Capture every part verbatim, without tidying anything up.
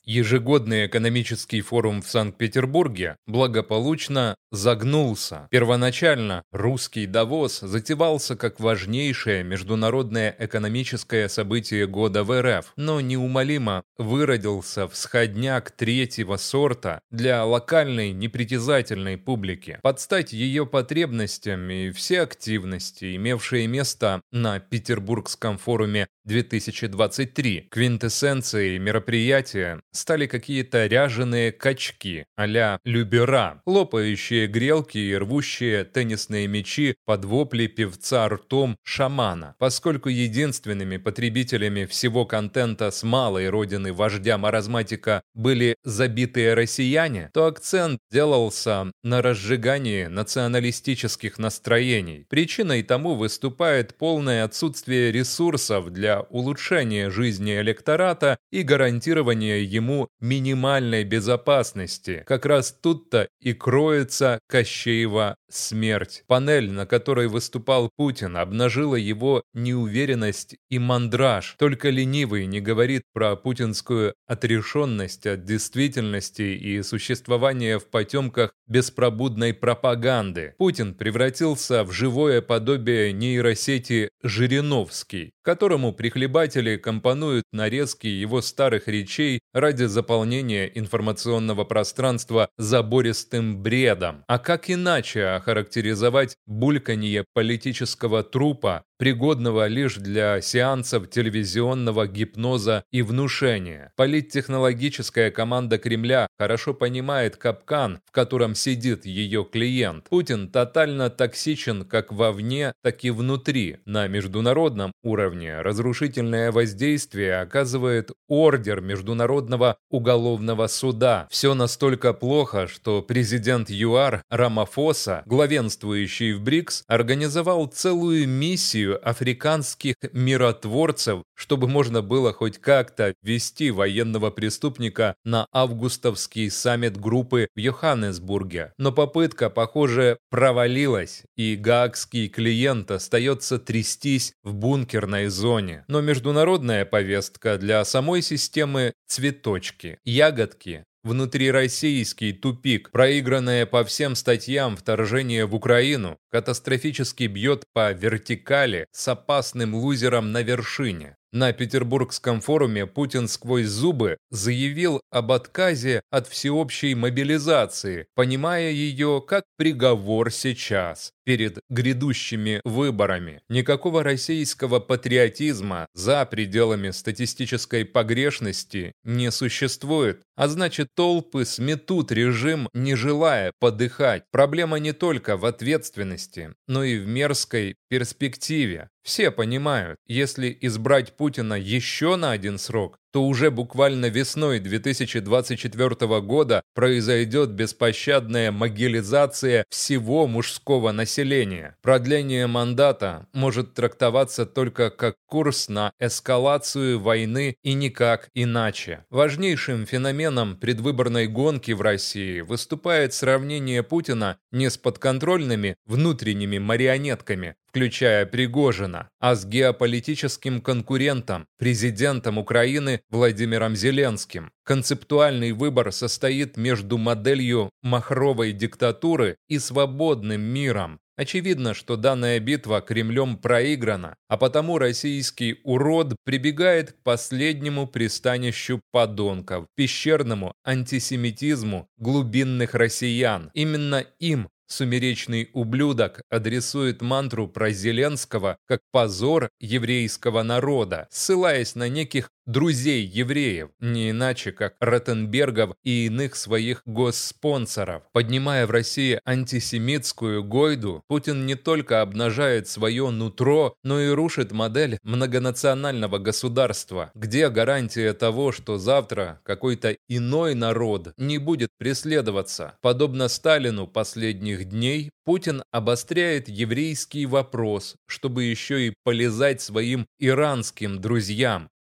Ежегодный экономический форум в Санкт-Петербурге благополучно загнулся. Первоначально русский Давос затевался как важнейшее международное экономическое событие года в эр эф, но неумолимо выродился в сходняк третьего сорта для локальной непритязательной публики. Под стать ее потребностям и все активности, имевшие место на Петербургском форуме две тысячи двадцать три, квинтэссенцией мероприятия стали какие-то ряженые качки а-ля Любера, лопающие грелки и рвущие теннисные мячи под вопли певца ртом шамана. Поскольку единственными потребителями всего контента с малой родины вождя-маразматика были забитые россияне, то акцент делался на разжигании националистических настроений. Причиной тому выступает полное отсутствие ресурсов для улучшения жизни электората и гарантирования ему минимальной безопасности. Как раз тут-то и кроется Кощеева смерть. Панель, на которой выступал Путин, обнажила его неуверенность и мандраж. Только ленивый не говорит про путинскую отрешенность от действительности и существование в потемках беспробудной пропаганды. Путин превратился в живое подобие нейросети Жириновский, которому прихлебатели компонуют нарезки его старых речей ради заполнения информационного пространства забористым бредом. А как иначе охарактеризовать бульканье политического трупа, пригодного лишь для сеансов телевизионного гипноза и внушения? Политтехнологическая команда Кремля хорошо понимает капкан, в котором сидит ее клиент. Путин тотально токсичен как вовне, так и внутри. На международном уровне разрушительное воздействие оказывает ордер Международного уголовного суда. Все настолько плохо, что президент ЮАР Рамафоса, главенствующий в БРИКС, организовал целую миссию африканских миротворцев, чтобы можно было хоть как-то ввести военного преступника на августовский саммит группы в Йоханнесбурге. Но попытка, похоже, провалилась, и гаагский клиент остается трястись в бункерной зоне. Но международная повестка для самой системы цветочки, ягодки, внутрироссийский тупик, проигранное по всем статьям вторжение в Украину, катастрофически бьет по вертикали с опасным лузером на вершине. На Петербургском форуме Путин сквозь зубы заявил об отказе от всеобщей мобилизации, понимая ее как приговор сейчас, перед грядущими выборами. Никакого российского патриотизма за пределами статистической погрешности не существует, а значит, толпы сметут режим, не желая подыхать. Проблема не только в ответственности, но и в мерзкой перспективе. Все понимают, если избрать Путина еще на один срок, то уже буквально весной две тысячи двадцать четвёртого года произойдет беспощадная могилизация всего мужского населения. Продление мандата может трактоваться только как курс на эскалацию войны и никак иначе. Важнейшим феноменом предвыборной гонки в России выступает сравнение Путина не с подконтрольными внутренними марионетками, включая Пригожина, а с геополитическим конкурентом, президентом Украины Владимиром Зеленским. Концептуальный выбор состоит между моделью махровой диктатуры и свободным миром. Очевидно, что данная битва Кремлем проиграна, а потому российский урод прибегает к последнему пристанищу подонков, пещерному антисемитизму глубинных россиян. Именно им сумеречный ублюдок адресует мантру про Зеленского как позор еврейского народа, ссылаясь на неких друзей евреев, не иначе как Ротенбергов и иных своих госспонсоров. Поднимая в России антисемитскую гойду, Путин не только обнажает свое нутро, но и рушит модель многонационального государства. Где гарантия того, что завтра какой-то иной народ не будет преследоваться? Подобно Сталину последних дней, Путин обостряет еврейский вопрос, чтобы еще и полезать своим иранским друзьям.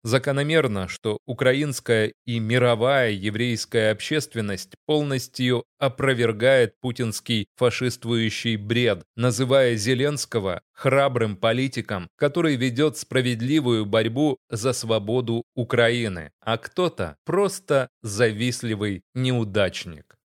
Закономерно, что украинская и мировая еврейская общественность полностью опровергает путинский фашистующий бред, называя Зеленского храбрым политиком, который ведет справедливую борьбу за свободу Украины, а кто-то просто завистливый неудачник.